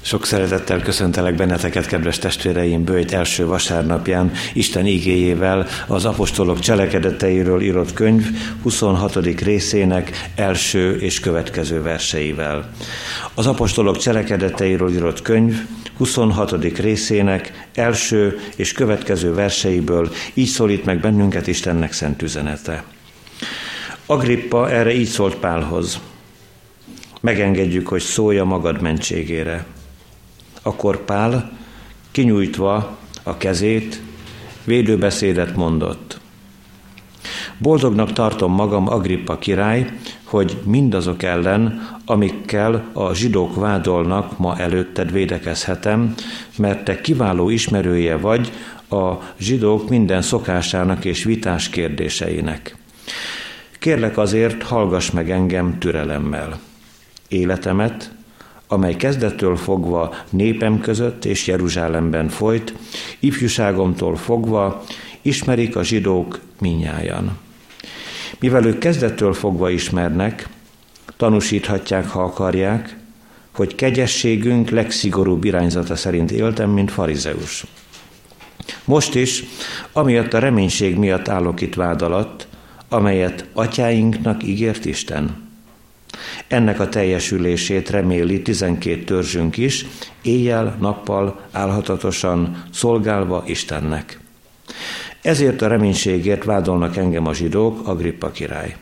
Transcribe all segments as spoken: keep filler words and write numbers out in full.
Sok szeretettel köszöntelek benneteket, kedves testvéreim, böjt első vasárnapján Isten igéjével az apostolok cselekedeteiről írott könyv huszonhatodik részének első és következő verseivel. Az apostolok cselekedeteiről írott könyv huszonhatodik részének első és következő verseiből így szólít meg bennünket Istennek szent üzenete. Agrippa erre így szólt Pálhoz: megengedjük, hogy szólja magad mentségére. Akkor Pál, kinyújtva a kezét, védőbeszédet mondott. Boldognak tartom magam, Agrippa király, hogy mindazok ellen, amikkel a zsidók vádolnak, ma előtted védekezhetem, mert te kiváló ismerője vagy a zsidók minden szokásának és vitás kérdéseinek. Kérlek azért, hallgass meg engem türelemmel. Életemet, amely kezdettől fogva népem között és Jeruzsálemben folyt, ifjúságomtól fogva ismerik a zsidók mindnyájan. Mivel ők kezdettől fogva ismernek, tanúsíthatják, ha akarják, hogy kegyességünk legszigorúbb irányzata szerint éltem, mint farizeus. Most is, amiatt a reménység miatt állok itt vád alatt, amelyet atyáinknak ígért Isten. Ennek a teljesülését reméli tizenkét törzsünk is, éjjel-nappal álhatatosan szolgálva Istennek. Ezért a reménységért vádolnak engem a zsidók, Agrippa király.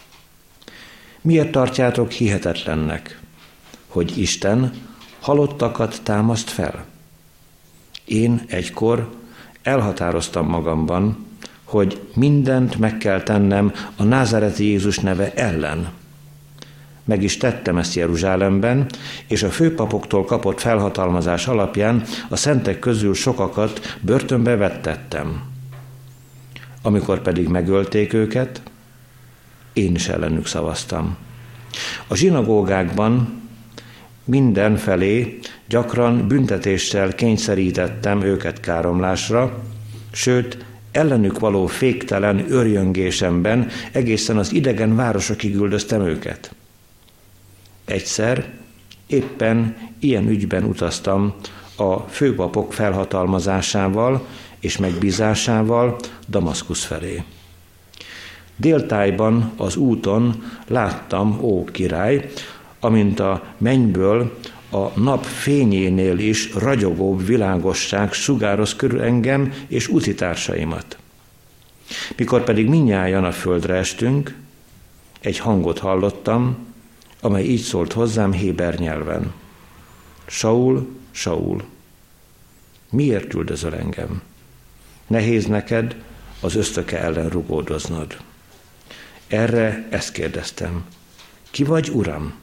Miért tartjátok hihetetlennek, hogy Isten halottakat támaszt fel? Én egykor elhatároztam magamban, hogy mindent meg kell tennem a názáreti Jézus neve ellen. Meg is tettem ezt Jeruzsálemben, és a főpapoktól kapott felhatalmazás alapján a szentek közül sokakat börtönbe vettettem. Amikor pedig megölték őket, én is ellenük szavaztam. A zsinagógákban mindenfelé gyakran büntetéssel kényszerítettem őket káromlásra, sőt, ellenük való féktelen örjöngésemben egészen az idegen városokig üldöztem őket. Egyszer éppen ilyen ügyben utaztam a főpapok felhatalmazásával és megbízásával Damaszkusz felé. Déltájban az úton láttam, ó király, amint a mennyből a nap fényénél is ragyogóbb világosság sugároz körül engem és utitársaimat. Mikor pedig mindnyájan a földre estünk, egy hangot hallottam, amely így szólt hozzám héber nyelven. Saul, Saul, miért üldözöl engem? Nehéz neked az ösztöke ellen rugódoznod. Erre ezt kérdeztem. Ki vagy, Uram?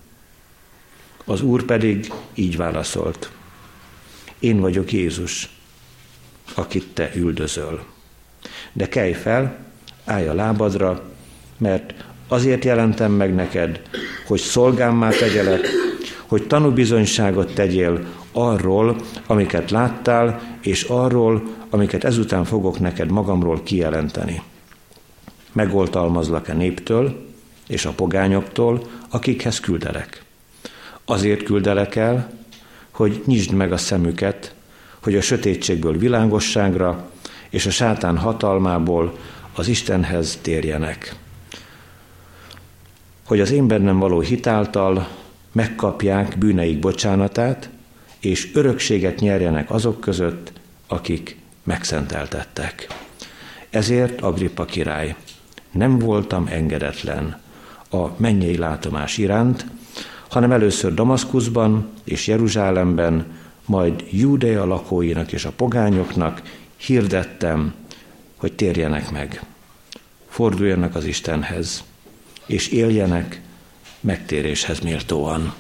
Az Úr pedig így válaszolt. Én vagyok Jézus, akit te üldözöl. De kelj fel, állj a lábadra, mert azért jelentem meg neked, hogy szolgámmá tegyelek, hogy tanúbizonyságot tegyél arról, amiket láttál, és arról, amiket ezután fogok neked magamról kijelenteni. Megoltalmazlak a néptől és a pogányoktól, akikhez küldelek. Azért küldelek el, hogy nyisd meg a szemüket, hogy a sötétségből világosságra és a sátán hatalmából az Istenhez térjenek. Hogy az én bennem való hitáltal megkapják bűneik bocsánatát, és örökséget nyerjenek azok között, akik megszenteltettek. Ezért, Agrippa király, nem voltam engedetlen a mennyei látomás iránt, hanem először Damaszkuszban és Jeruzsálemben, majd Júdea lakóinak és a pogányoknak hirdettem, hogy térjenek meg, forduljanak az Istenhez, és éljenek megtéréshez méltóan.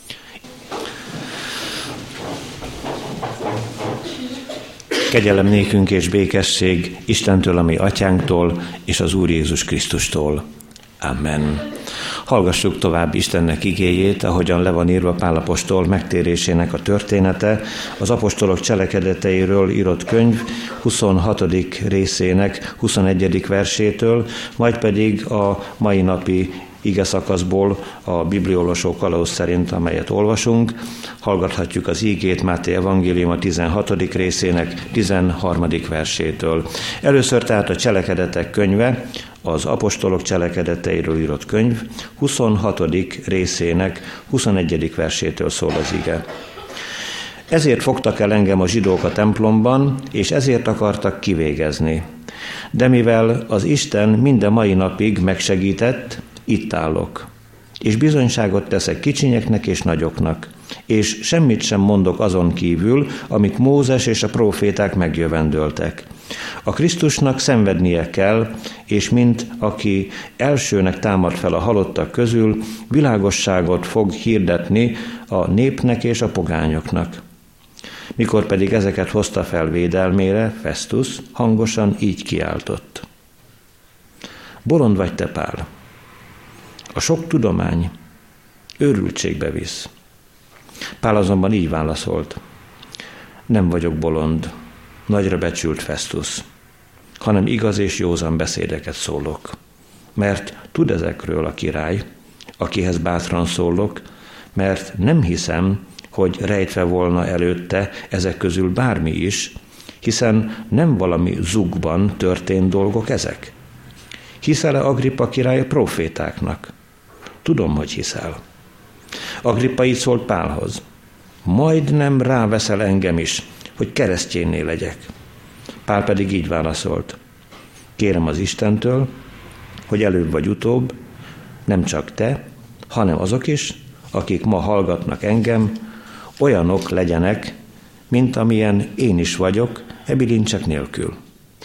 Kegyelem nékünk és békesség Istentől, a mi atyánktól, és az Úr Jézus Krisztustól. Amen. Hallgassuk tovább Istennek igéjét, ahogyan le van írva Pál apostol megtérésének a története, az apostolok cselekedeteiről írott könyv huszonhatodik részének huszonegyedik versétől, majd pedig a mai napi ige szakaszból a bibliolvasó kalauz szerint, amelyet olvasunk. Hallgathatjuk az ígét Máté evangélium a tizenhatodik részének tizenharmadik versétől. Először tehát a Cselekedetek könyve, az apostolok cselekedeteiről írott könyv huszonhatodik részének huszonegyedik versétől szól az ige. Ezért fogtak el engem a zsidók a templomban, és ezért akartak kivégezni. De mivel az Isten minden mai napig megsegített, itt állok. És bizonyságot teszek kicsinyeknek és nagyoknak, és semmit sem mondok azon kívül, amit Mózes és a próféták megjövendöltek. A Krisztusnak szenvednie kell, és mint aki elsőnek támad fel a halottak közül, világosságot fog hirdetni a népnek és a pogányoknak. Mikor pedig ezeket hozta fel védelmére, Festus hangosan így kiáltott. Bolond vagy te, Pál! A sok tudomány őrültségbe visz. Pál azonban így válaszolt. Nem vagyok bolond, nagyra becsült Festus, hanem igaz és józan beszédeket szólok. Mert tud ezekről a király, akihez bátran szólok, mert nem hiszem, hogy rejtve volna előtte ezek közül bármi is, hiszen nem valami zugban történt dolgok ezek. Hiszel-e Agrippa király a prófétáknak? Tudom, hogy hiszel. Agrippa így szólt Pálhoz. Majdnem ráveszel engem is, hogy keresztjénné legyek. Pál pedig így válaszolt. Kérem az Istentől, hogy előbb vagy utóbb nem csak te, hanem azok is, akik ma hallgatnak engem, olyanok legyenek, mint amilyen én is vagyok, e bilincsek nélkül.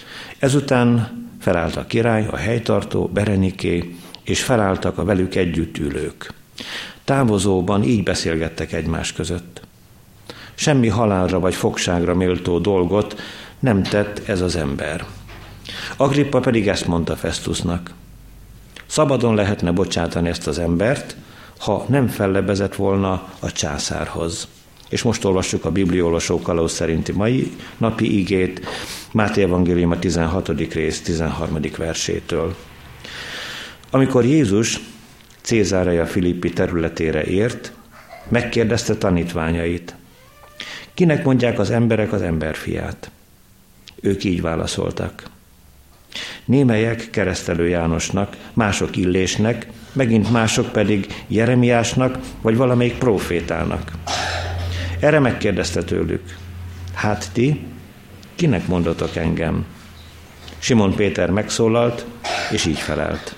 Ezután felállt a király, a helytartó, Bereniké, és felálltak a velük együtt ülők. Távozóban így beszélgettek egymás között. Semmi halálra vagy fogságra méltó dolgot nem tett ez az ember. Agrippa pedig ezt mondta Festusnak. Szabadon lehetne bocsátani ezt az embert, ha nem fellebezett volna a császárhoz. És most olvassuk a bibliolvasó kalauz szerinti mai napi igét, Máté evangélium a tizenhatodik rész tizenharmadik versétől. Amikor Jézus Cézárea Filippi területére ért, megkérdezte tanítványait. Kinek mondják az emberek az emberfiát? Ők így válaszoltak. Némelyek Keresztelő Jánosnak, mások Illésnek, megint mások pedig Jeremiásnak, vagy valamelyik prófétának. Erre megkérdezte tőlük. Hát ti, kinek mondotok engem? Simon Péter megszólalt, és így felelt.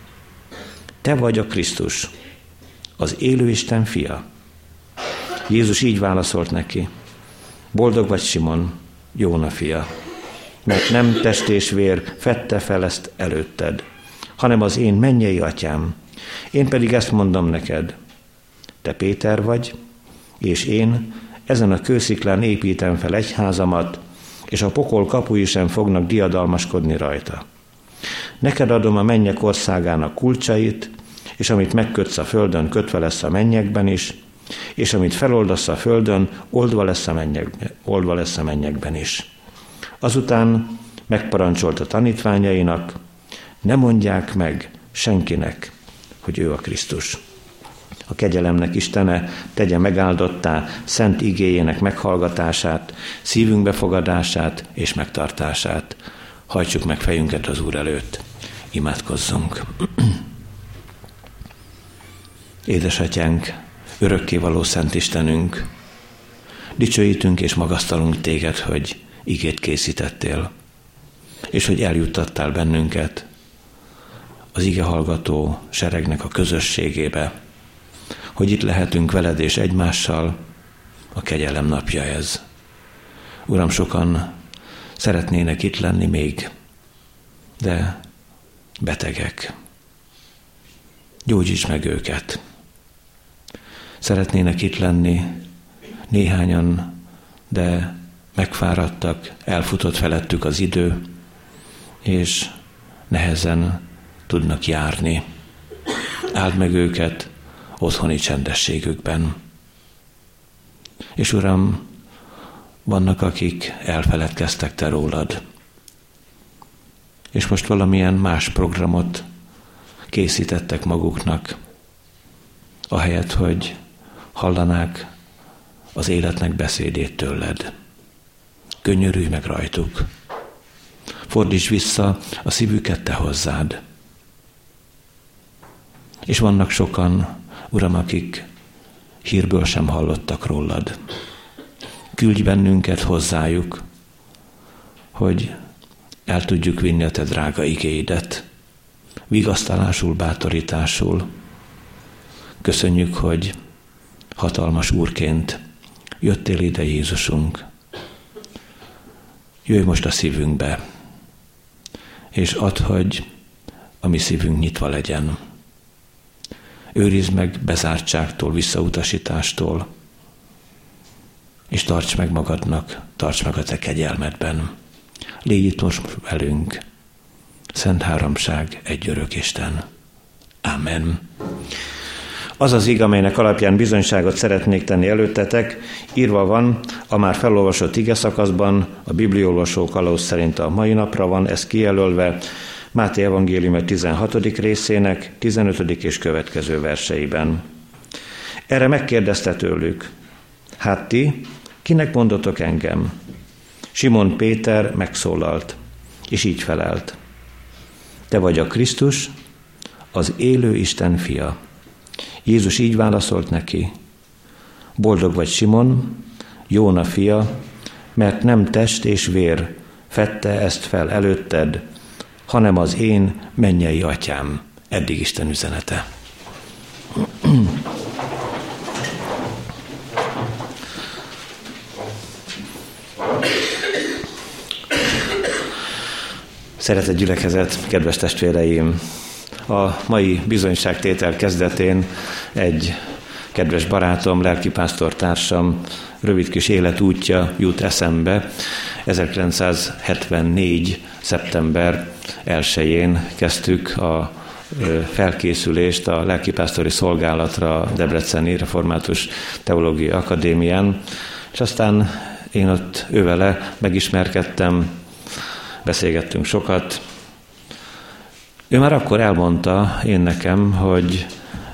Te vagy a Krisztus, az élő Isten fia. Jézus így válaszolt neki. Boldog vagy, Simon, Jóna fia, mert nem test és vér fedte fel ezt előtted, hanem az én mennyei atyám. Én pedig ezt mondom neked. Te Péter vagy, és én ezen a kősziklán építem fel egyházamat, és a pokol kapui sem fognak diadalmaskodni rajta. Neked adom a mennyek országának kulcsait, és amit megkötsz a földön, kötve lesz a mennyekben is, és amit feloldasz a földön, oldva lesz a, mennyekben, oldva lesz a mennyekben is. Azután megparancsolt a tanítványainak, ne mondják meg senkinek, hogy ő a Krisztus. A kegyelemnek Istene tegye megáldottá szent igéjének meghallgatását, szívünk befogadását és megtartását. Hajtsuk meg fejünket az Úr előtt. Imádkozzunk. Édesatyánk, örökkévaló Szent Istenünk, dicsőítünk és magasztalunk téged, hogy igét készítettél, és hogy eljuttattál bennünket az igehallgató seregnek a közösségébe, hogy itt lehetünk veled és egymással, a kegyelem napja ez. Uram, sokan szeretnének itt lenni még, de betegek. Gyógyíts meg őket. Szeretnének itt lenni néhányan, de megfáradtak, elfutott felettük az idő, és nehezen tudnak járni. Áld meg őket otthoni csendességükben. És Uram, vannak, akik elfeledkeztek te rólad, és most valamilyen más programot készítettek maguknak, ahelyett, hogy hallanák az életnek beszédét tőled. Könyörülj meg rajtuk. Fordíts vissza a szívüket te hozzád. És vannak sokan, Uram, akik hírből sem hallottak rólad. Küldj bennünket hozzájuk, hogy el tudjuk vinni a te drága igéidet, vigasztalásul, bátorításul. Köszönjük, hogy hatalmas Úrként jöttél ide, Jézusunk. Jöjj most a szívünkbe, és add, hogy a mi szívünk nyitva legyen. Őrizd meg bezártságtól, visszautasítástól, és tarts meg magadnak, tarts meg a te kegyelmedben. Légy itt most velünk, Szent Háromság, egy örök Isten. Amen. Az az ig, amelynek alapján bizonyságot szeretnék tenni előttetek, írva van a már felolvasott ige szakaszban, a bibliolvasó kalauz szerint a mai napra van ez kijelölve, Máté evangélium tizenhatodik részének tizenötödik és következő verseiben. Erre megkérdezte tőlük: hát ti, kinek mondotok engem? Simon Péter megszólalt, és így felelt: te vagy a Krisztus, az élő Isten fia. Jézus így válaszolt neki: boldog vagy, Simon, Jóna fia, mert nem test és vér fedte ezt fel előtted, hanem az én mennyei atyám. Eddig Isten üzenete. Szeretett gyülekezet, kedves testvéreim! A mai bizonyságtétel kezdetén egy kedves barátom, lelkipásztor társam rövid kis életútja jut eszembe. ezerkilencszázhetvennégy. szeptember elsején kezdtük a felkészülést a lelkipásztori szolgálatra a Debreceni Református Teológiai Akadémián, és aztán én ott ővele megismerkedtem, beszélgettünk sokat. Ő már akkor elmondta én nekem, hogy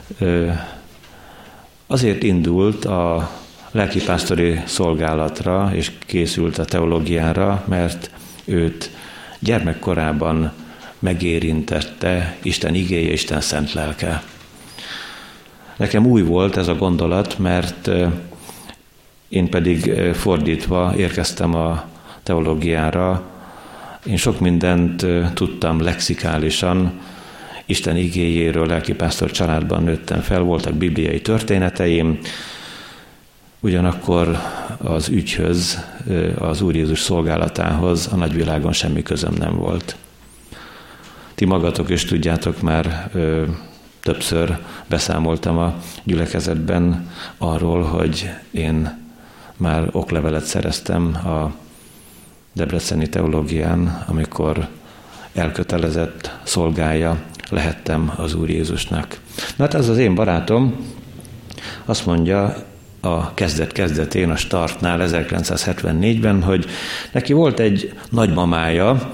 azért indult a lelkipásztori szolgálatra, és készült a teológiára, mert őt gyermekkorában megérintette Isten igéje, Isten szent lelke. Nekem új volt ez a gondolat, mert én pedig fordítva érkeztem a teológiára. Én sok mindent tudtam lexikálisan, Isten igéjéről, lelkipásztor családban nőttem fel, voltak bibliai történeteim, ugyanakkor az ügyhöz, az Úr Jézus szolgálatához a nagyvilágon semmi közöm nem volt. Ti magatok is tudjátok, már ö, többször beszámoltam a gyülekezetben arról, hogy én már oklevelet szereztem a Debreceni teológián, amikor elkötelezett szolgája lehettem az Úr Jézusnak. Na hát ez az én barátom azt mondja a kezdet-kezdetén, a startnál ezerkilencszázhetvennégyben, hogy neki volt egy nagymamája,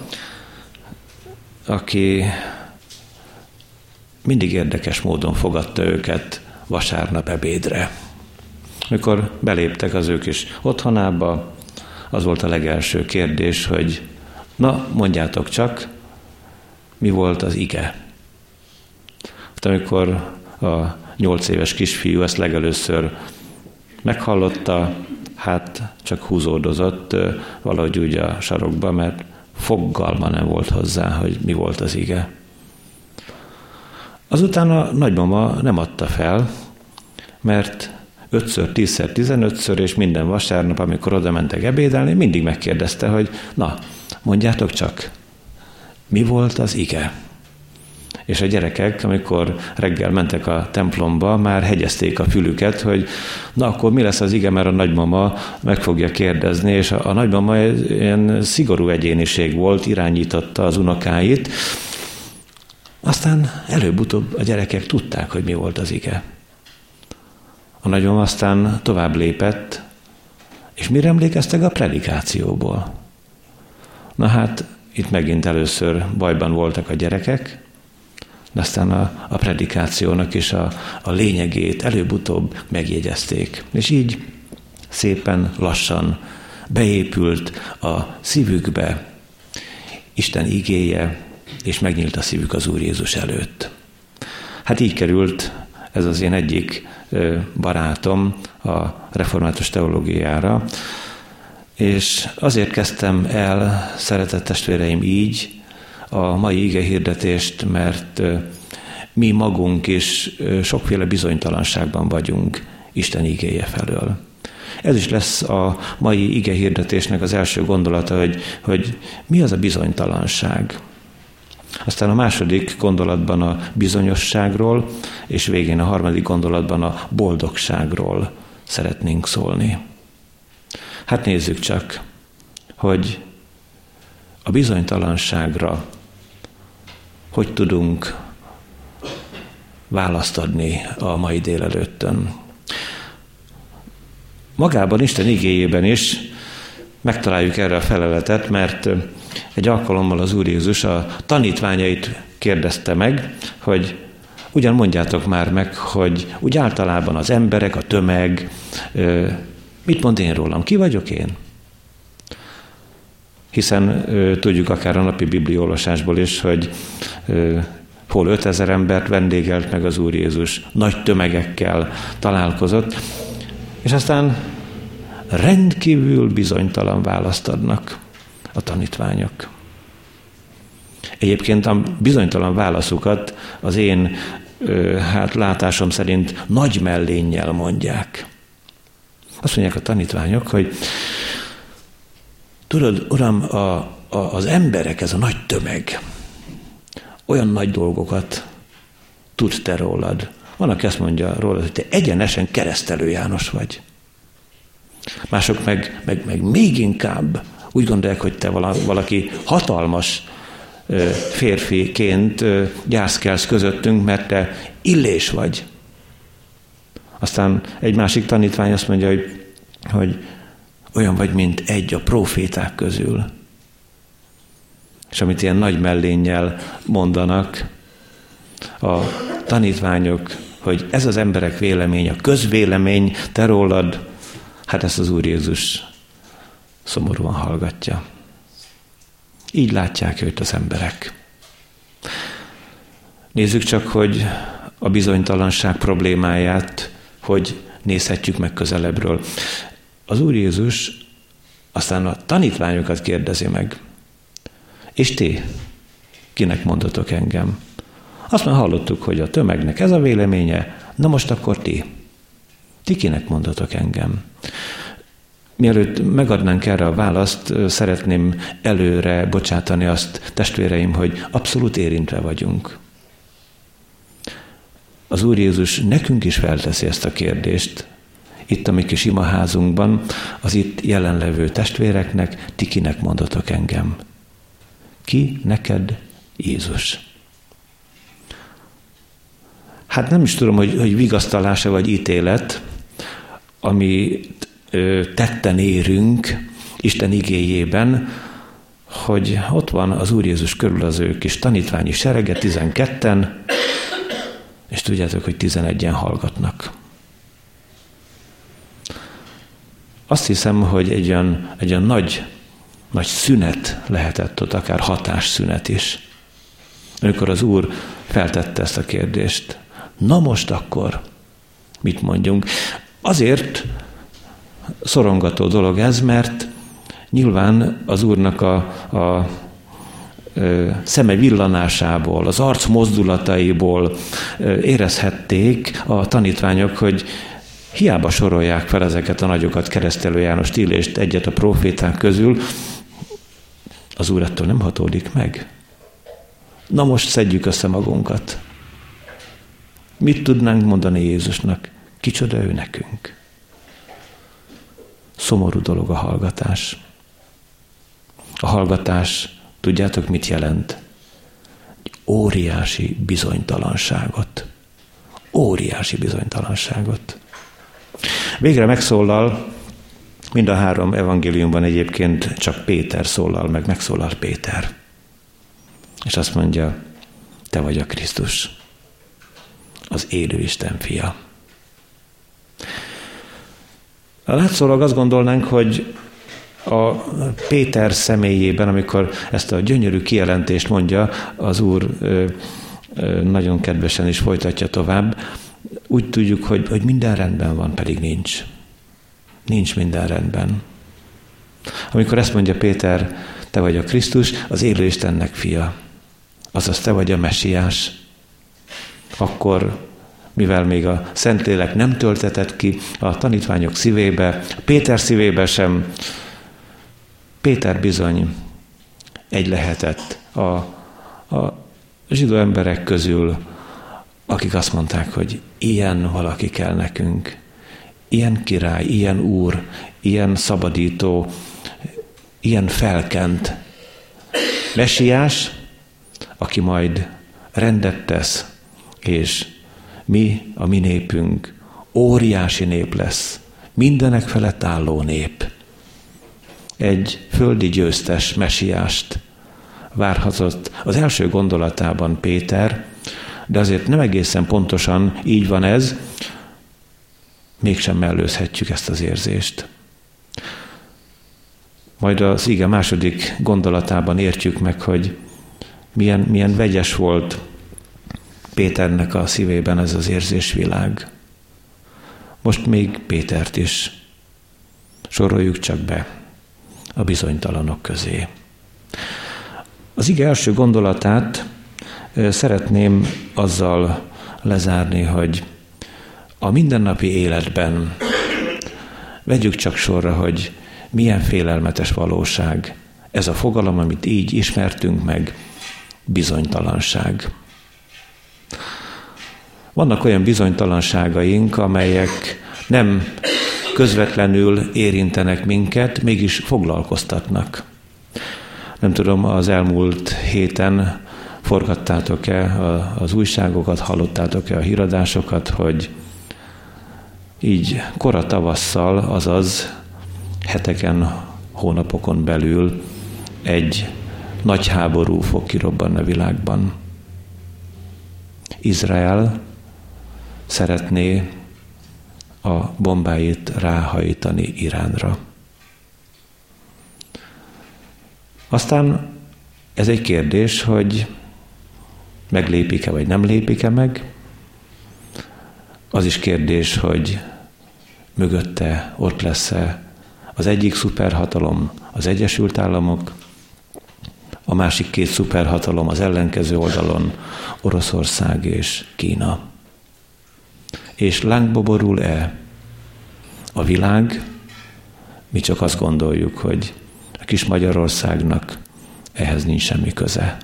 aki mindig érdekes módon fogadta őket vasárnap ebédre. Mikor beléptek az ők is otthonába, az volt a legelső kérdés, hogy na, mondjátok csak, mi volt az ige? Amikor a nyolc éves kisfiú ezt legelőször meghallotta, hát csak húzódozott valahogy úgy a sarokba, mert fogalma nem volt hozzá, hogy mi volt az ige. Azután a nagymama nem adta fel, mert ötször, tízszer, tizenötször, és minden vasárnap, amikor oda mentek ebédelni, mindig megkérdezte, hogy na, mondjátok csak, mi volt az ige? És a gyerekek, amikor reggel mentek a templomba, már hegyezték a fülüket, hogy na akkor mi lesz az ige, mert a nagymama meg fogja kérdezni, és a, a nagymama ilyen szigorú egyéniség volt, irányította az unokáit. Aztán előbb-utóbb a gyerekek tudták, hogy mi volt az ige. A nagymama aztán tovább lépett, és mire emlékeztek? A predikációból. Na hát, itt megint először bajban voltak a gyerekek, de aztán a, a predikációnak is a, a lényegét előbb-utóbb megjegyezték. És így szépen lassan beépült a szívükbe Isten igéje, és megnyílt a szívük az Úr Jézus előtt. Hát így került ez az én egyik barátom a református teológiára, és azért kezdtem el, szeretett testvéreim, így a mai igehirdetést, mert mi magunk is sokféle bizonytalanságban vagyunk Isten igéje felől. Ez is lesz a mai igehirdetésnek az első gondolata, hogy, hogy mi az a bizonytalanság. Aztán a második gondolatban a bizonyosságról, és végén a harmadik gondolatban a boldogságról szeretnénk szólni. Hát nézzük csak, hogy a bizonytalanságra hogy tudunk választ adni a mai délelőttön. Magában, Isten igéjében is megtaláljuk erre a feleletet, mert egy alkalommal az Úr Jézus a tanítványait kérdezte meg, hogy ugyan mondjátok már meg, hogy úgy általában az emberek, a tömeg, mit mond én rólam? Ki vagyok én? Hiszen tudjuk akár a napi bibliaolvasásból is, hogy hol ötezer embert vendégelt meg az Úr Jézus, nagy tömegekkel találkozott, és aztán rendkívül bizonytalan választ adnak a tanítványok. Egyébként a bizonytalan válaszukat az én hát látásom szerint nagy mellénnyel mondják. Azt mondják a tanítványok, hogy tudod, Uram, a, a, az emberek, ez a nagy tömeg, olyan nagy dolgokat tud te rólad. Van, aki azt mondja rólad, hogy te egyenesen Keresztelő János vagy. Mások meg, meg, meg még inkább úgy gondolják, hogy te valaki hatalmas férfiként gyászkelsz közöttünk, mert te Illés vagy. Aztán egy másik tanítvány azt mondja, hogy, hogy olyan vagy, mint egy a próféták közül. És amit ilyen nagy mellénnyel mondanak a tanítványok, hogy ez az emberek vélemény, a közvélemény, te rólad, hát ezt az Úr Jézus szomorúan hallgatja. Így látják őt az emberek. Nézzük csak, hogy a bizonytalanság problémáját hogy nézhetjük meg közelebbről. Az Úr Jézus aztán a tanítványokat kérdezi meg. És ti, kinek mondatok engem? Azt már hallottuk, hogy a tömegnek ez a véleménye, na most akkor ti. Ti kinek mondatok engem? Mielőtt megadnánk erre a választ, szeretném előre bocsátani azt, testvéreim, hogy abszolút érintve vagyunk. Az Úr Jézus nekünk is felteszi ezt a kérdést, itt a mi kis imaházunkban, az itt jelenlevő testvéreknek, ti kinek mondatok engem? Ki neked Jézus? Hát nem is tudom, hogy, hogy vigasztalása vagy ítélet, amit ö, tetten érünk Isten igéjében, hogy ott van az Úr Jézus körül az ő kis tanítványi serege, tizenketten, és tudjátok, hogy tizenegyen hallgatnak. Azt hiszem, hogy egy olyan, egy olyan nagy, nagy szünet lehetett ott, akár hatásszünet is. Amikor az Úr feltette ezt a kérdést. Na most akkor mit mondjunk? Azért szorongató dolog ez, mert nyilván az Úrnak a, a szeme villanásából, az arc mozdulataiból érezhették a tanítványok, hogy hiába sorolják fel ezeket a nagyokat, Keresztelő Jánost, Illést, egyet a próféták közül, az Úr ettől nem hatódik meg. Na most szedjük össze magunkat. Mit tudnánk mondani Jézusnak? Kicsoda ő nekünk? Szomorú dolog a hallgatás. A hallgatás, tudjátok, mit jelent? Egy óriási bizonytalanságot. Óriási bizonytalanságot. Végre megszólal, mind a három evangéliumban egyébként csak Péter szólal meg, megszólal Péter. És azt mondja, te vagy a Krisztus, az élő Isten fia. Látszólag azt gondolnánk, hogy a Péter személyében, amikor ezt a gyönyörű kijelentést mondja, az Úr ö, ö, nagyon kedvesen is folytatja tovább, úgy tudjuk, hogy, hogy minden rendben van, pedig nincs. Nincs minden rendben. Amikor ezt mondja Péter, te vagy a Krisztus, az élő Istennek fia, azaz te vagy a Mesiás, akkor, mivel még a Szentlélek nem töltetett ki a tanítványok szívébe, Péter szívébe sem, Péter bizony egy lehetett a, a zsidó emberek közül, akik azt mondták, hogy ilyen valaki kell nekünk, ilyen király, ilyen úr, ilyen szabadító, ilyen felkent Mesiás, aki majd rendet tesz, és mi, a mi népünk óriási nép lesz, mindenek felett álló nép. Egy földi győztes Mesiást várhatott az első gondolatában Péter, de azért nem egészen pontosan így van ez, mégsem mellőzhetjük ezt az érzést. Majd az ige második gondolatában értjük meg, hogy milyen, milyen vegyes volt Péternek a szívében ez az érzésvilág. Most még Pétert is soroljuk csak be a bizonytalanok közé. Az ige első gondolatát szeretném azzal lezárni, hogy a mindennapi életben vegyük csak sorra, hogy milyen félelmetes valóság ez a fogalom, amit így ismertünk meg, bizonytalanság. Vannak olyan bizonytalanságaink, amelyek nem közvetlenül érintenek minket, mégis foglalkoztatnak. Nem tudom, az elmúlt héten forgattátok-e az újságokat, hallottátok-e a híradásokat, hogy így kora tavasszal, azaz heteken, hónapokon belül egy nagy háború fog kirobbanni a világban. Izrael szeretné a bombáit ráhajtani Iránra. Aztán ez egy kérdés, hogy meglépik-e vagy nem lépik-e meg. Az is kérdés, hogy mögötte ott lesz-e az egyik szuperhatalom, az Egyesült Államok, a másik két szuperhatalom az ellenkező oldalon, Oroszország és Kína. És lángba borul-e a világ? Mi csak azt gondoljuk, hogy a kis Magyarországnak ehhez nincs semmi köze.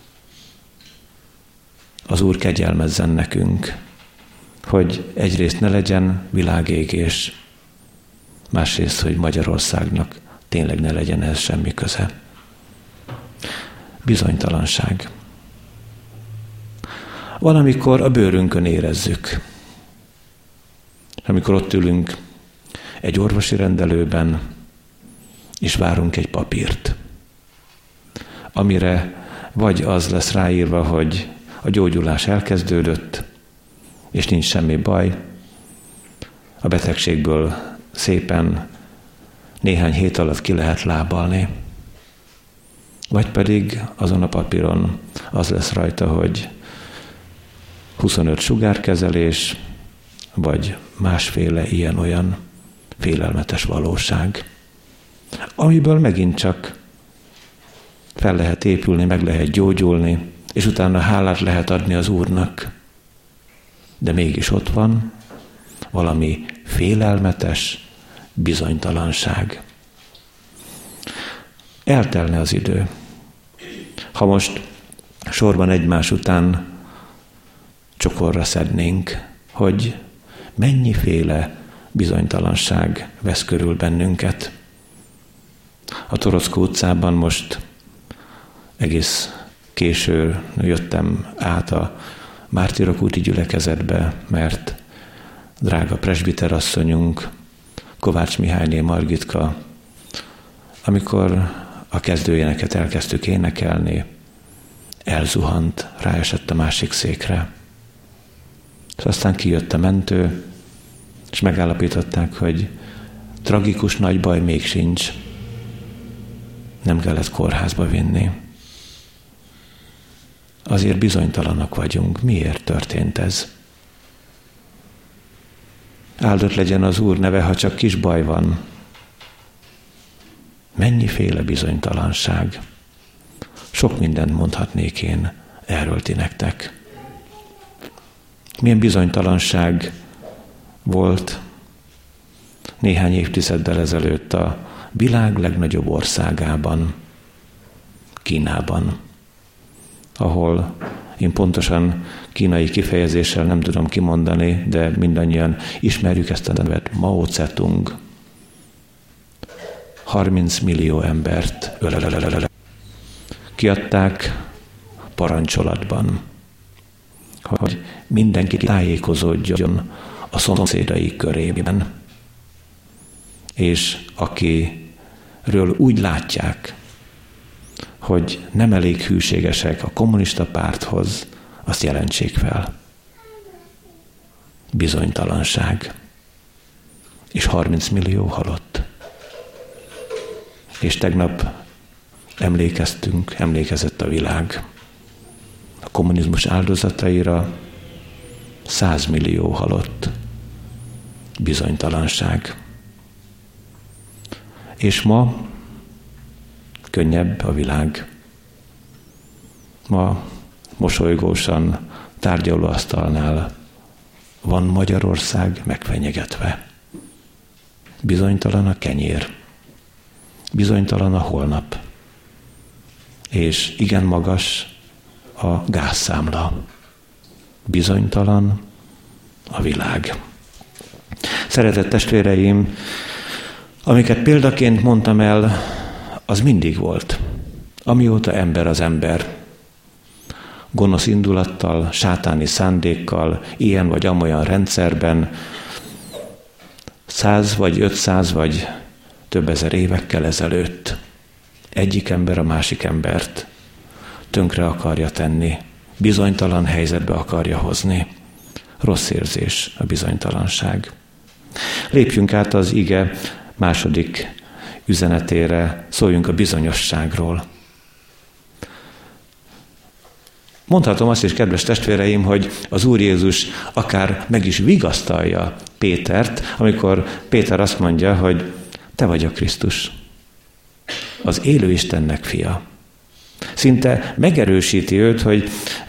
Az Úr kegyelmezzen nekünk, hogy egyrészt ne legyen világégés, másrészt, hogy Magyarországnak tényleg ne legyen ehhez semmi köze. Bizonytalanság. Valamikor a bőrünkön érezzük. Amikor ott ülünk egy orvosi rendelőben, és várunk egy papírt, amire vagy az lesz ráírva, hogy a gyógyulás elkezdődött, és nincs semmi baj, a betegségből szépen néhány hét alatt ki lehet lábalni, vagy pedig azon a papíron az lesz rajta, hogy huszonöt sugárkezelés, vagy másféle ilyen-olyan félelmetes valóság, amiből megint csak fel lehet épülni, meg lehet gyógyulni, és utána hálát lehet adni az Úrnak. De mégis ott van valami félelmetes bizonytalanság. Eltelne az idő. Ha most sorban egymás után csokorra szednénk, hogy mennyiféle bizonytalanság vesz körül bennünket. A Toroczko utcában most egész késő jöttem át a Mártírok úti gyülekezetbe, mert drága presbiterasszonyunk, Kovács Mihályné Margitka, amikor a kezdőjéneket elkezdtük énekelni, elzuhant, ráesett a másik székre. És aztán kijött a mentő, és megállapították, hogy tragikus nagy baj még sincs. Nem kellett kórházba vinni. Azért bizonytalanok vagyunk. Miért történt ez? Áldott legyen az Úr neve, ha csak kis baj van. Mennyiféle bizonytalanság. Sok mindent mondhatnék én erről ti nektek. Milyen bizonytalanság volt néhány évtizeddel ezelőtt a világ legnagyobb országában, Kínában, ahol én pontosan kínai kifejezéssel nem tudom kimondani, de mindannyian ismerjük ezt a nevet, Mao Zedong. harminc millió embert ölelelelele. Kiadták parancsolatban, hogy mindenki tájékozódjon a szomszédai körében, és akiről úgy látják, hogy nem elég hűségesek a kommunista párthoz, azt jelentsék fel. Bizonytalanság. És harminc millió halott. És tegnap emlékeztünk, emlékezett a világ a kommunizmus áldozataira, száz millió halott. Bizonytalanság. És ma könnyebb a világ. Ma mosolygósan tárgyalóasztalnál van Magyarország megfenyegetve. Bizonytalan a kenyér. Bizonytalan a holnap. És igen magas a gázszámla. Bizonytalan a világ. Szeretett testvéreim, amiket példaként mondtam el, az mindig volt. Amióta ember az ember. Gonosz indulattal, sátáni szándékkal, ilyen vagy amolyan rendszerben, száz vagy ötszáz vagy több ezer évekkel ezelőtt egyik ember a másik embert tönkre akarja tenni, bizonytalan helyzetbe akarja hozni. Rossz érzés a bizonytalanság. Lépjünk át az ige második üzenetére, szóljunk a bizonyosságról. Mondhatom azt is, kedves testvéreim, hogy az Úr Jézus akár meg is vigasztalja Pétert, amikor Péter azt mondja, hogy te vagy a Krisztus, az élő Istennek fia. Szinte megerősíti őt, hogy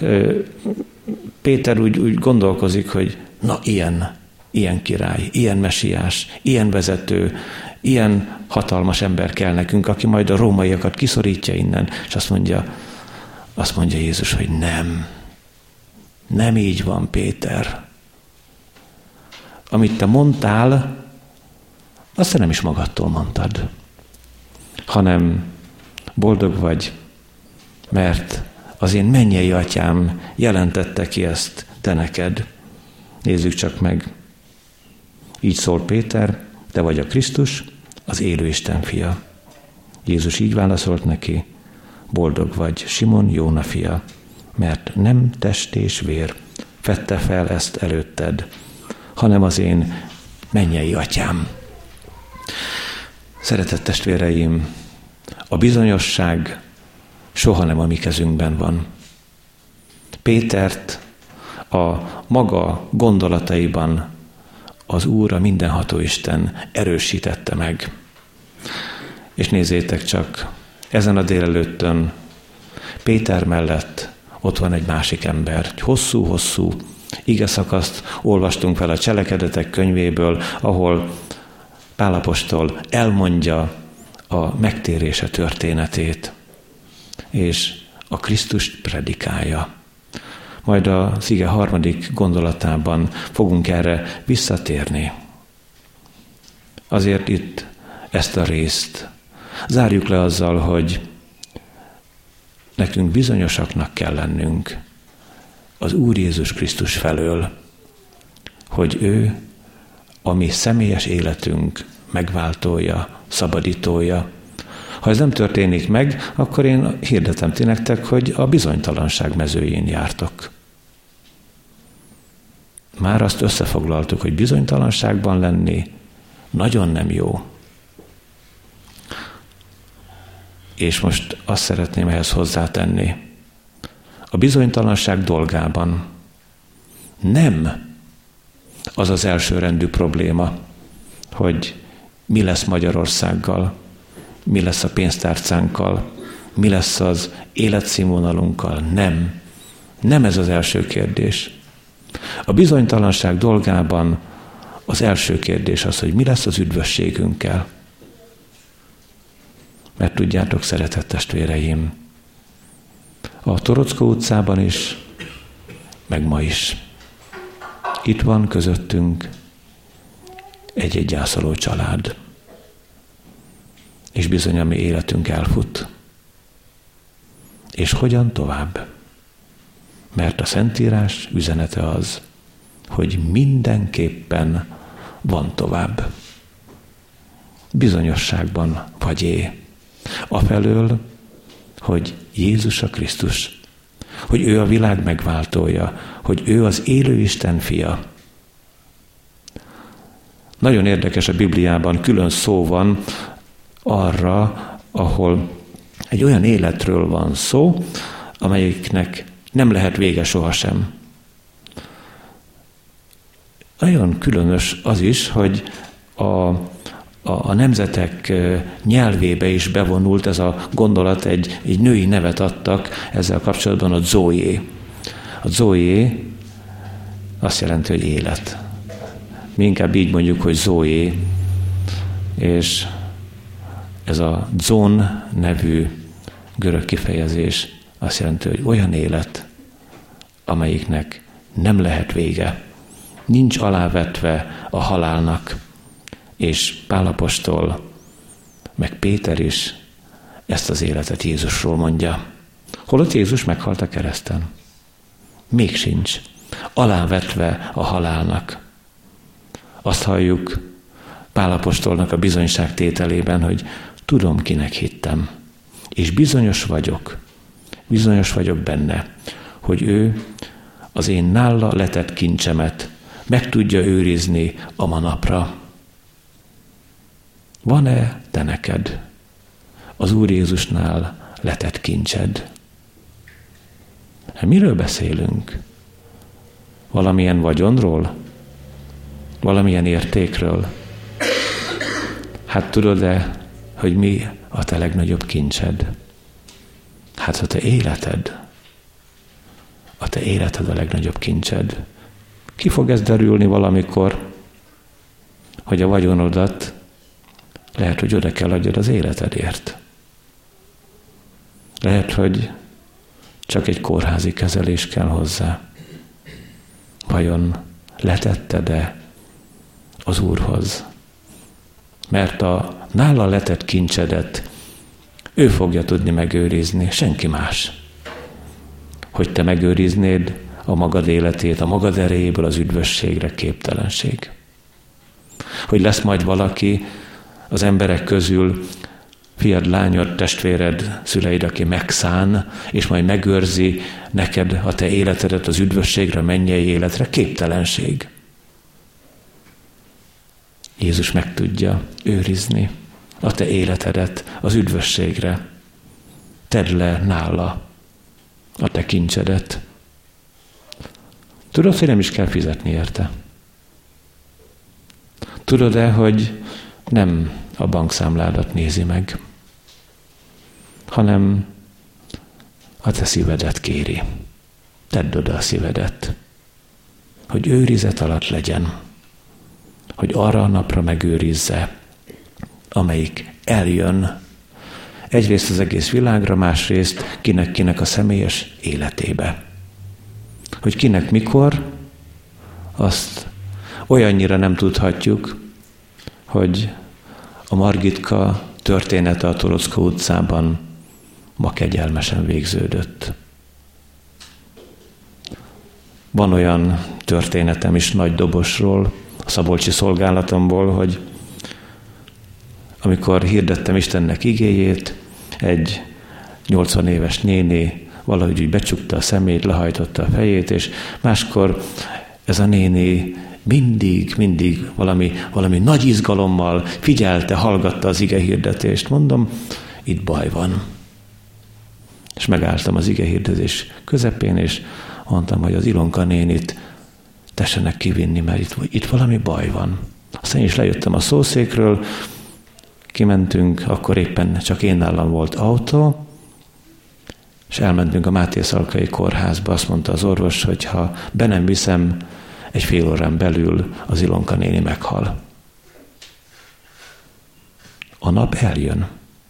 Péter úgy, úgy gondolkozik, hogy na ilyen, ilyen király, ilyen mesiás, ilyen vezető, ilyen hatalmas ember kell nekünk, aki majd a rómaiakat kiszorítja innen, és azt mondja, azt mondja Jézus, hogy nem. Nem így van, Péter. Amit te mondtál, azt te nem is magadtól mondtad, hanem boldog vagy, mert az én mennyei atyám jelentette ki ezt te neked. Nézzük csak meg. Így szól Péter, te vagy a Krisztus, az élő Isten fia. Jézus így válaszolt neki, boldog vagy, Simon Jóna fia, mert nem test és vér fedte fel ezt előtted, hanem az én mennyei atyám. Szeretett testvéreim, a bizonyosság soha nem a mi kezünkben van. Pétert a maga gondolataiban az Úr, a mindenható Isten erősítette meg. És nézzétek csak, ezen a délelőttön Péter mellett ott van egy másik ember. Egy hosszú-hosszú igeszakaszt olvastunk fel a Cselekedetek könyvéből, ahol Pál apostol elmondja a megtérése történetét, és a Krisztust predikálja. Majd az ige harmadik gondolatában fogunk erre visszatérni. Azért itt ezt a részt zárjuk le azzal, hogy nekünk bizonyosaknak kell lennünk az Úr Jézus Krisztus felől, hogy ő a mi személyes életünk megváltója, szabadítója, Ha ez nem történik meg, akkor én hirdetem ti nektek, hogy a bizonytalanság mezőjén jártok. Már azt összefoglaltuk, hogy bizonytalanságban lenni nagyon nem jó. És most azt szeretném ehhez hozzátenni. A bizonytalanság dolgában nem az az elsőrendű probléma, hogy mi lesz Magyarországgal, mi lesz a pénztárcánkkal, mi lesz az életszínvonalunkkal. Nem. Nem ez az első kérdés. A bizonytalanság dolgában az első kérdés az, hogy mi lesz az üdvösségünkkel. Mert tudjátok, szeretett testvéreim, a Toroczko utcában is, meg ma is. Itt van közöttünk egy-egy gyászoló család. És bizony a mi életünk elfut. És hogyan tovább? Mert a Szentírás üzenete az, hogy mindenképpen van tovább. Bizonyosságban vagyé. Afelől, hogy Jézus a Krisztus, hogy ő a világ megváltója, hogy ő az élő Isten fia. Nagyon érdekes, a Bibliában külön szó van arra, ahol egy olyan életről van szó, amelyiknek nem lehet vége sohasem. Nagyon különös az is, hogy a, a, a nemzetek nyelvébe is bevonult ez a gondolat, egy, egy női nevet adtak ezzel kapcsolatban, a Zoé. A Zoé azt jelenti, hogy élet. Mi inkább így mondjuk, hogy Zoé, és ez a zón nevű görög kifejezés azt jelenti, hogy olyan élet, amelyiknek nem lehet vége, nincs alávetve a halálnak, és Pál apostol, meg Péter is ezt az életet Jézusról mondja. Holott Jézus meghalt a kereszten. Még sincs alávetve a halálnak. Azt halljuk Pál apostolnak a bizonyságtételében, hogy tudom, kinek hittem, és bizonyos vagyok, bizonyos vagyok benne, hogy ő az én nála letett kincsemet meg tudja őrizni a manapra. Van-e te neked az Úr Jézusnál letett kincsed? Miről beszélünk? Valamilyen vagyonról? Valamilyen értékről? Hát tudod-e, hogy mi a te legnagyobb kincsed? Hát a te életed. A te életed a legnagyobb kincsed. Ki fog ez derülni valamikor, hogy a vagyonodat lehet, hogy oda kell adjad az életedért. Lehet, hogy csak egy kórházi kezelés kell hozzá. Vajon letetted-e az Úrhoz? Mert a nála letett kincsedet ő fogja tudni megőrizni, senki más. Hogy te megőriznéd a magad életét, a magad erejéből az üdvösségre képtelenség. Hogy lesz majd valaki az emberek közül, fiad, lányod, testvéred, szüleid, aki megszán, és majd megőrzi neked a te életedet az üdvösségre, a mennyei életre, képtelenség. Jézus meg tudja őrizni a te életedet az üdvösségre. Tedd le nála a te kincsedet. Tudod, hogy nem is kell fizetni érte? Tudod-e, hogy nem a bankszámládat nézi meg, hanem a te szívedet kéri. Tedd oda a szívedet, hogy őrizet alatt legyen, hogy arra a napra megőrizze, amelyik eljön egyrészt az egész világra, másrészt kinek-kinek a személyes életébe. Hogy kinek mikor, azt olyannyira nem tudhatjuk, hogy a Margitka története a Toroczko utcában ma kegyelmesen végződött. Van olyan történetem is Nagy Dobosról, a szabolcsi szolgálatomból, hogy amikor hirdettem Istennek igéjét, egy nyolcvan éves néni valahogy úgy becsukta a szemét, lehajtotta a fejét, és máskor ez a néni mindig, mindig valami, valami nagy izgalommal figyelte, hallgatta az ige hirdetést. Mondom, itt baj van. És megálltam az ige hirdetés közepén, és mondtam, hogy az Ilonka nénit tessenek kivinni, mert itt, itt valami baj van. Aztán én is lejöttem a szószékről, kimentünk, akkor éppen csak én nálam volt autó, és elmentünk a Máté Szalkai kórházba. Azt mondta az orvos, hogy ha be nem viszem, egy fél órán belül az Ilonka néni meghal. A nap eljön.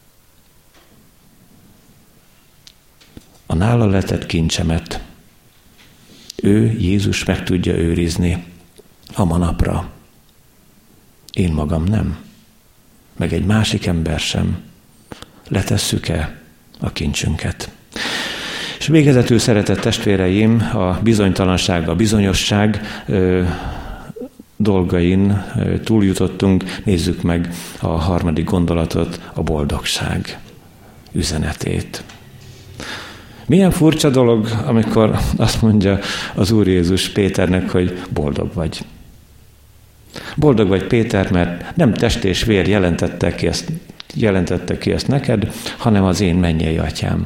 A nála letett kincsemet ő, Jézus meg tudja őrizni a manapra. Én magam nem, meg egy másik ember sem. Letesszük-e a kincsünket? És végezetül, szeretett testvéreim, a bizonytalanság, a bizonyosság ö, dolgain ö, túljutottunk. Nézzük meg a harmadik gondolatot, a boldogság üzenetét. Milyen furcsa dolog, amikor azt mondja az Úr Jézus Péternek, hogy boldog vagy. Boldog vagy, Péter, mert nem test és vér jelentette ki ezt, jelentette ki ezt neked, hanem az én mennyei atyám.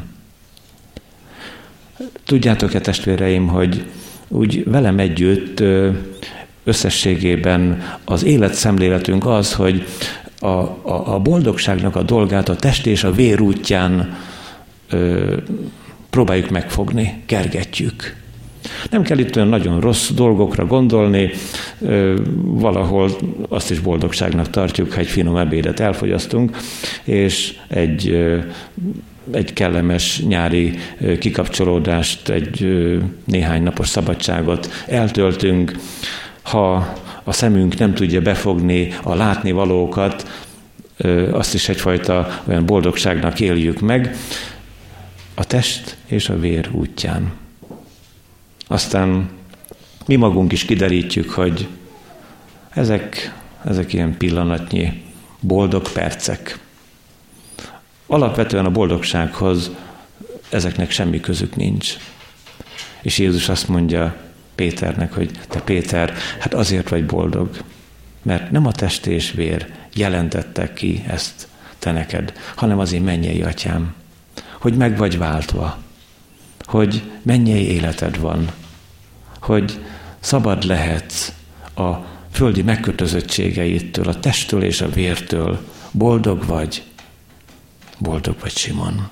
Tudjátok-e, testvéreim, hogy úgy velem együtt összességében az életszemléletünk az, hogy a, a, a boldogságnak a dolgát a test és a vér útján ö, próbáljuk megfogni, kergetjük. Nem kell itt olyan nagyon rossz dolgokra gondolni, ö, valahol azt is boldogságnak tartjuk, ha egy finom ebédet elfogyasztunk, és egy, ö, egy kellemes nyári ö, kikapcsolódást, egy ö, néhány napos szabadságot eltöltünk. Ha a szemünk nem tudja befogni a látnivalókat, ö, azt is egyfajta olyan boldogságnak éljük meg, a test és a vér útján. Aztán mi magunk is kiderítjük, hogy ezek, ezek ilyen pillanatnyi boldog percek. Alapvetően a boldogsághoz ezeknek semmi közük nincs. És Jézus azt mondja Péternek, hogy te Péter, hát azért vagy boldog, mert nem a test és vér jelentette ki ezt te neked, hanem az én mennyei atyám, hogy meg vagy váltva, hogy mennyei életed van, hogy szabad lehetsz a földi megkötözöttségeitől, a testtől és a vértől. Boldog vagy, boldog vagy, Simon.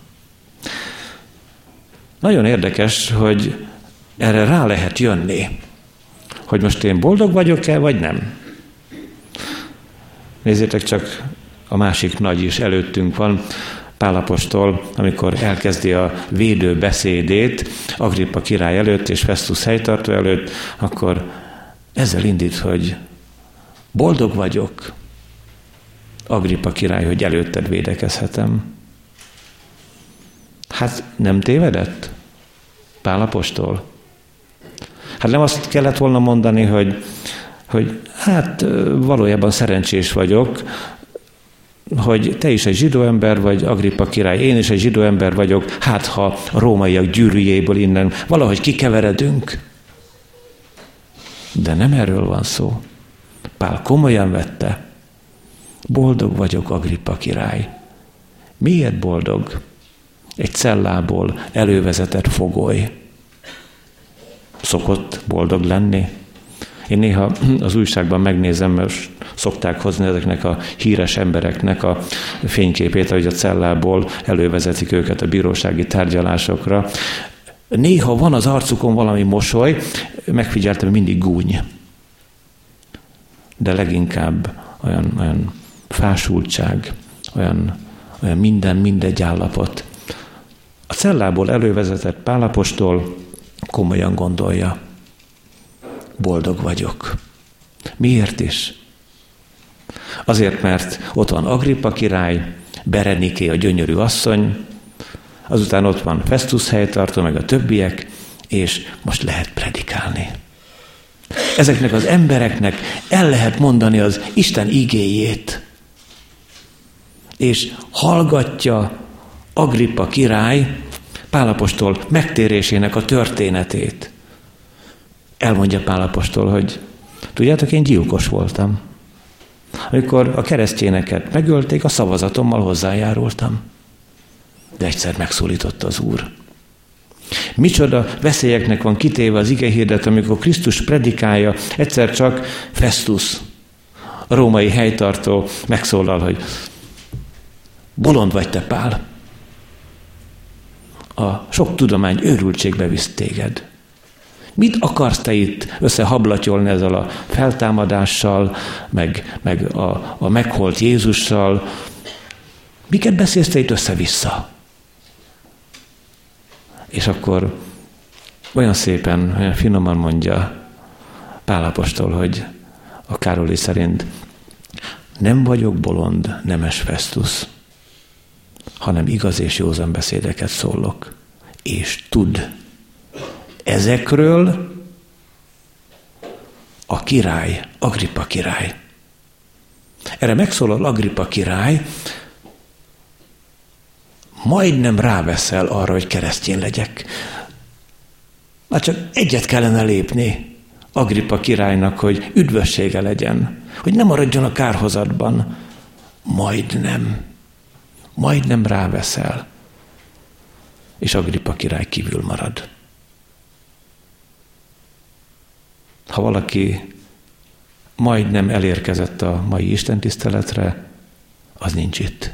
Nagyon érdekes, hogy erre rá lehet jönni, hogy most én boldog vagyok-e, vagy nem. Nézzétek csak, a másik nagy is előttünk van, Pál apostol, amikor elkezdi a védő beszédét Agrippa király előtt és Festus helytartó előtt, akkor ezzel indít, hogy boldog vagyok, Agrippa király, hogy előtted védekezhetem. Hát nem tévedett Pál apostol? Hát nem azt kellett volna mondani, hogy, hogy hát valójában szerencsés vagyok, hogy te is egy zsidó ember vagy, Agrippa király, én is egy zsidó ember vagyok, hát ha a rómaiak gyűrűjéből innen valahogy kikeveredünk. De nem erről van szó. Pál komolyan vette. Boldog vagyok, Agrippa király. Miért boldog? Egy cellából elővezetett fogoly szokott boldog lenni. Én néha az újságban megnézem, mert szokták hozni ezeknek a híres embereknek a fényképét, ahogy a cellából elővezetik őket a bírósági tárgyalásokra. Néha van az arcukon valami mosoly, megfigyeltem, mindig gúny. De leginkább olyan, olyan fásultság, olyan, olyan minden, mindegy állapot. A cellából elővezetett Pál apostol komolyan gondolja. Boldog vagyok. Miért is? Azért, mert ott van Agrippa király, Bereniké a gyönyörű asszony, azután ott van Festus helytartó, meg a többiek, és most lehet predikálni. Ezeknek az embereknek el lehet mondani az Isten igéjét. és hallgatja Agrippa király Pál apostol megtérésének a történetét. Elmondja Pál apostol, hogy tudjátok, én gyilkos voltam. Amikor a keresztényeket megölték, a szavazatommal hozzájárultam. De egyszer megszólította az Úr. Micsoda veszélyeknek van kitéve az igehirdet, amikor Krisztus predikálja, egyszer csak Festus, a római helytartó megszólal, hogy bolond vagy te, Pál. A sok tudomány őrültségbe visz téged. Mit akarsz te itt összehablatyolni ezzel a feltámadással, meg, meg a, a meghalt Jézussal? Miket beszélsz te itt össze-vissza? És akkor olyan szépen, olyan finoman mondja Pál apostol, hogy a Károli szerint nem vagyok bolond, nemes Festus, hanem igaz és józan beszédeket szólok. És tudd, ezekről a király, Agrippa király. Erre megszólal Agrippa király, majdnem ráveszel arra, hogy keresztény legyek. Már csak egyet kellene lépni Agrippa királynak, hogy üdvössége legyen, hogy ne maradjon a kárhozatban. Majdnem, majdnem ráveszel, és Agrippa király kívül marad. Ha valaki majdnem elérkezett a mai istentiszteletre, az nincs itt.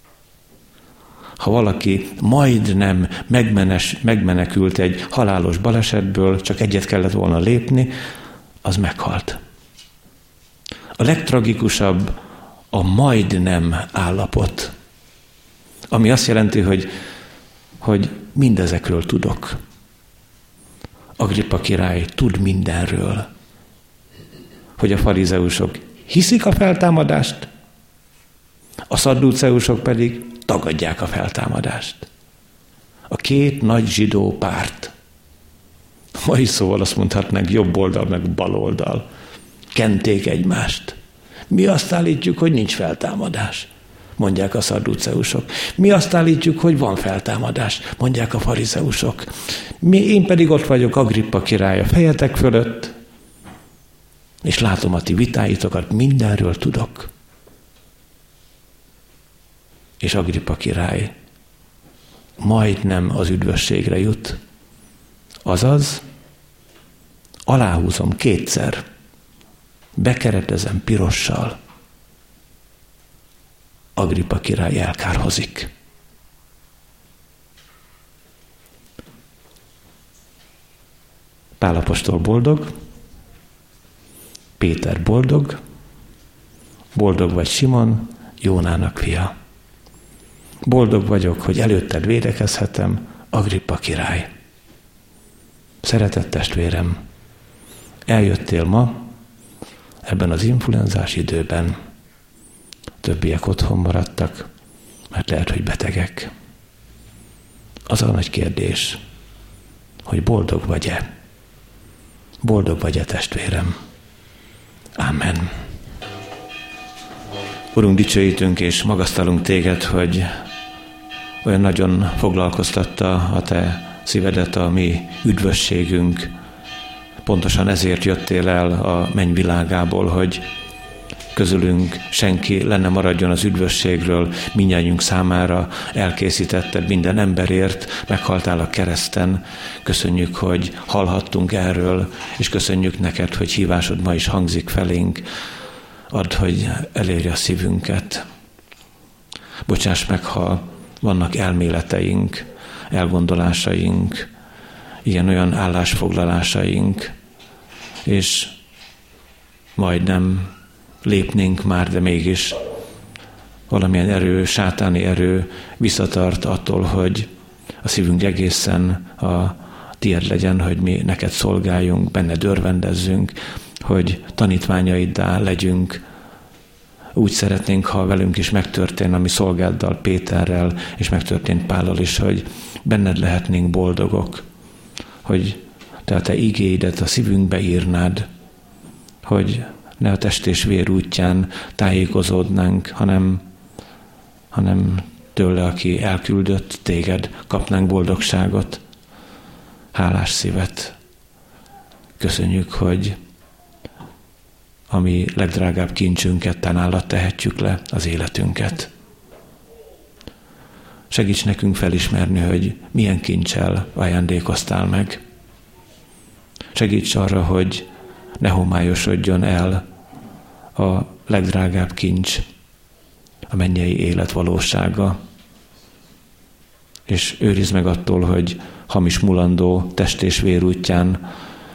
Ha valaki majdnem megmenes, megmenekült egy halálos balesetből, csak egyet kellett volna lépni, az meghalt. A legtragikusabb a majdnem állapot, ami azt jelenti, hogy, hogy mindezekről tudok. Agrippa király tud mindenről. Hogy a farizeusok hiszik a feltámadást, a szadduceusok pedig tagadják a feltámadást. A két nagy zsidó párt. Mai szóval azt mondhatnánk jobb oldal meg bal oldal. Kenték egymást. Mi azt állítjuk, hogy nincs feltámadás, mondják a szadduceusok. Mi azt állítjuk, hogy van feltámadás, mondják a farizeusok. Mi, én pedig ott vagyok, Agrippa király a fejetek fölött, és látom a ti vitáitokat, mindenről tudok. És Agrippa király majdnem az üdvösségre jut. Azaz, aláhúzom kétszer, bekeretezem pirossal, Agrippa király elkárhozik. Pál apostol boldog, Péter boldog, boldog vagy Simon, Jónának fia. Boldog vagyok, hogy előtted védekezhetem, Agrippa király. Szeretett testvérem, eljöttél ma, ebben az influenzás időben. Többiek otthon maradtak, mert lehet, hogy betegek. Az a nagy kérdés, hogy boldog vagy-e? Boldog vagy-e, testvérem? Amen. Urunk, dicsőítünk és magasztalunk téged, hogy olyan nagyon foglalkoztatta a te szívedet a mi üdvösségünk. Pontosan ezért jöttél el a mennyvilágából, hogy közülünk senki le ne maradjon az üdvösségről, mindnyájunk számára elkészítetted minden emberért, meghaltál a kereszten. Köszönjük, hogy hallhattunk erről, és köszönjük neked, hogy hívásod ma is hangzik felénk. Add, hogy elérje a szívünket. Bocsáss meg, ha vannak elméleteink, elgondolásaink, ilyen-olyan állásfoglalásaink, és majdnem lépnénk már, de mégis valamilyen erő, sátáni erő visszatart attól, hogy a szívünk egészen a tiéd legyen, hogy mi neked szolgáljunk, benned örvendezzünk, hogy tanítványaiddá legyünk. Úgy szeretnénk, ha velünk is megtörténne, ami szolgáddal, Péterrel, és megtörtént Pállal is, hogy benned lehetnénk boldogok, hogy te a te igéidet a szívünkbe írnád, hogy ne a test és vér útján tájékozódnánk, hanem, hanem tőle, aki elküldött téged, kapnánk boldogságot, hálás szívet. Köszönjük, hogy a mi legdrágább kincsünket te nálad tehetjük le, az életünket. Segíts nekünk felismerni, hogy milyen kincsel ajándékoztál meg. Segíts arra, hogy ne homályosodjon el a legdrágább kincs, a mennyei élet valósága. És őrizd meg attól, hogy hamis mulandó test és vér útján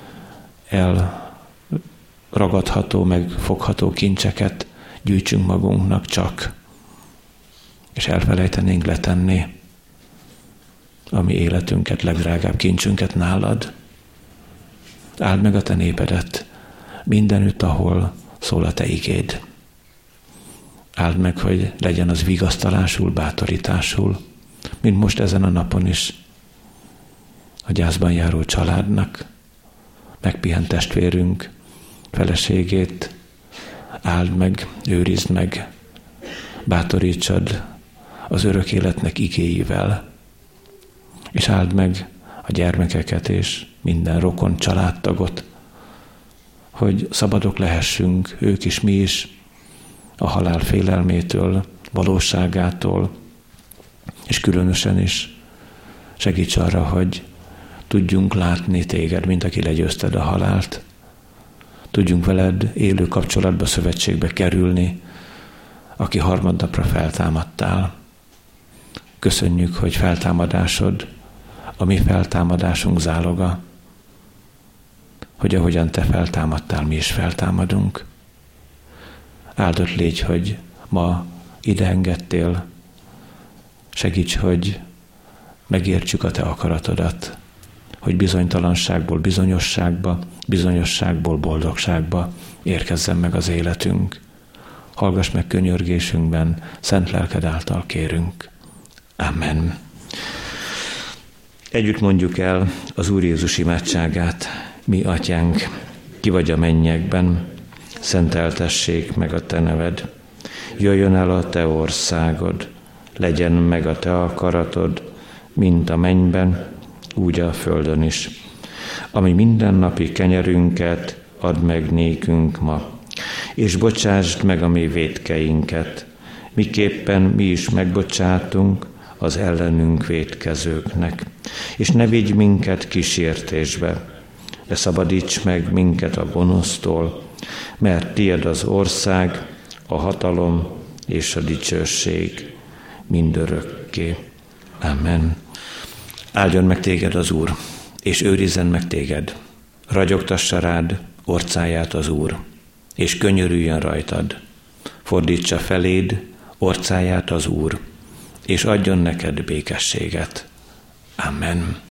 elragadható, meg fogható kincseket gyűjtsünk magunknak csak, és elfelejtenénk letenni a mi életünket, legdrágább kincsünket nálad. Áld meg a te népedet mindenütt, ahol szól a te igéd. Áld meg, hogy legyen az vigasztalásul, bátorításul, mint most ezen a napon is a gyászban járó családnak, megpihent testvérünk feleségét, áld meg, őrizd meg, bátorítsad az örök életnek igéivel, és áld meg a gyermekeket és minden rokon családtagot, hogy szabadok lehessünk, ők is, mi is, a halál félelmétől, valóságától, és különösen is segíts arra, hogy tudjunk látni téged, mint aki legyőzted a halált. Tudjunk veled élő kapcsolatba, szövetségbe kerülni, aki harmadnapra feltámadtál. Köszönjük, hogy feltámadásod a mi feltámadásunk záloga, hogy ahogyan te feltámadtál, mi is feltámadunk. Áldott légy, hogy ma ide engedtél, segíts, hogy megértsük a te akaratodat, hogy bizonytalanságból bizonyosságba, bizonyosságból boldogságba érkezzen meg az életünk. Hallgass meg könyörgésünkben, szent lelked által kérünk. Amen. Együtt mondjuk el az Úr Jézus imádságát. Mi atyánk, ki vagy a mennyekben, szenteltessék meg a te neved. Jöjjön el a te országod, legyen meg a te akaratod, mint a mennyben, úgy a földön is. Ami mindennapi kenyerünket add meg nékünk ma, és bocsásd meg a mi vétkeinket, miképpen mi is megbocsátunk az ellenünk vétkezőknek. És ne vigy minket kísértésbe, de szabadíts meg minket a gonosztól, mert tied az ország, a hatalom és a dicsőség mindörökké. Amen. Áldjon meg téged az Úr, és őrizzen meg téged. Ragyogtassa rád orcáját az Úr, és könyörüljön rajtad. Fordítsa feléd orcáját az Úr, és adjon neked békességet. Amen.